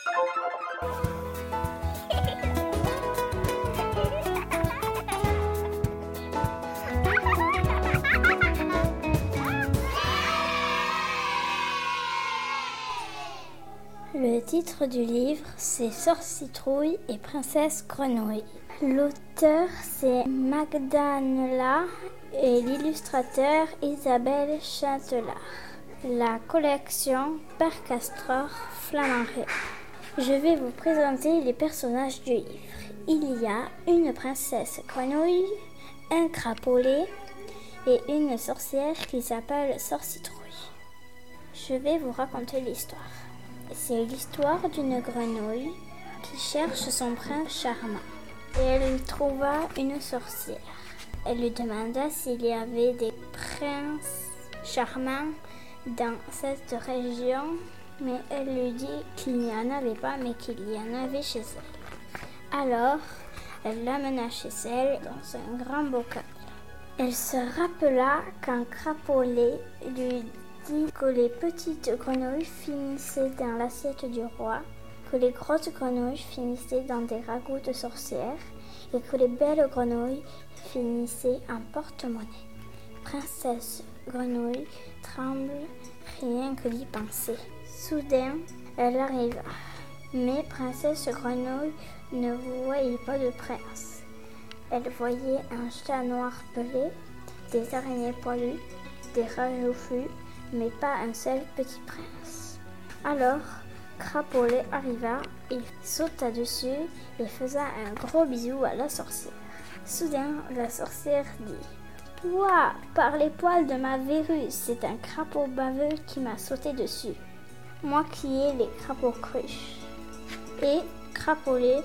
Le titre du livre, c'est Sorcitrouille et Princesse Grenouille. L'auteur, c'est Magda Nella et l'illustrateur Isabelle Chatelard. La collection Père Castor Flamaré. Je vais vous présenter les personnages du livre. Il y a une princesse grenouille, un crapaud-lait et une sorcière qui s'appelle Sorcitrouille. Je vais vous raconter l'histoire. C'est l'histoire d'une grenouille qui cherche son prince charmant. Et elle trouva une sorcière. Elle lui demanda s'il y avait des princes charmants dans cette région, mais elle lui dit qu'il n'y en avait pas, mais qu'il y en avait chez elle. Alors, elle l'amena chez elle dans un grand bocal. Elle se rappela qu'un crapaud-lait lui dit que les petites grenouilles finissaient dans l'assiette du roi, que les grosses grenouilles finissaient dans des ragoûts de sorcières et que les belles grenouilles finissaient en porte-monnaie. Princesse Grenouille tremble rien que d'y penser. Soudain, elle arriva. Mais Princesse Grenouille ne voyait pas de prince. Elle voyait un chat noir pelé, des araignées poilues, des rats joufflus, mais pas un seul petit prince. Alors, Crapaud-lait arriva, il sauta dessus et faisait un gros bisou à la sorcière. Soudain, la sorcière dit « Toi, par les poils de ma verrue, c'est un crapaud baveux qui m'a sauté dessus. Moi qui ai les crapauds cruches. » Et Crapaud-lait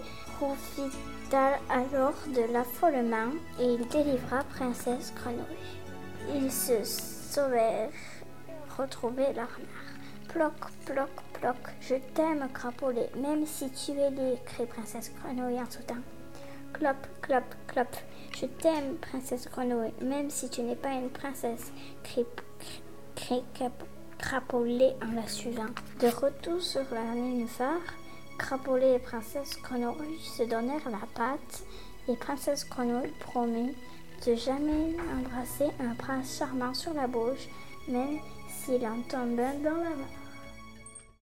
profita alors de l'affolement et il délivra Princesse Grenouille. Ils se sauvèrent, retrouver leur mère. Ploc, ploc, ploc, je t'aime, Crapaud-lait, même si tu es laid, crie Princesse Grenouille en sautant. Clop, clop, clop, je t'aime, Princesse Grenouille, même si tu n'es pas une princesse, crie Crapaud-lait en la suivant. De retour sur la nénuphar, Crapaud-lait et Princesse Grenouille se donnèrent la patte et Princesse Grenouille promit de jamais embrasser un prince charmant sur la bouche, même s'il en tombe dans la main.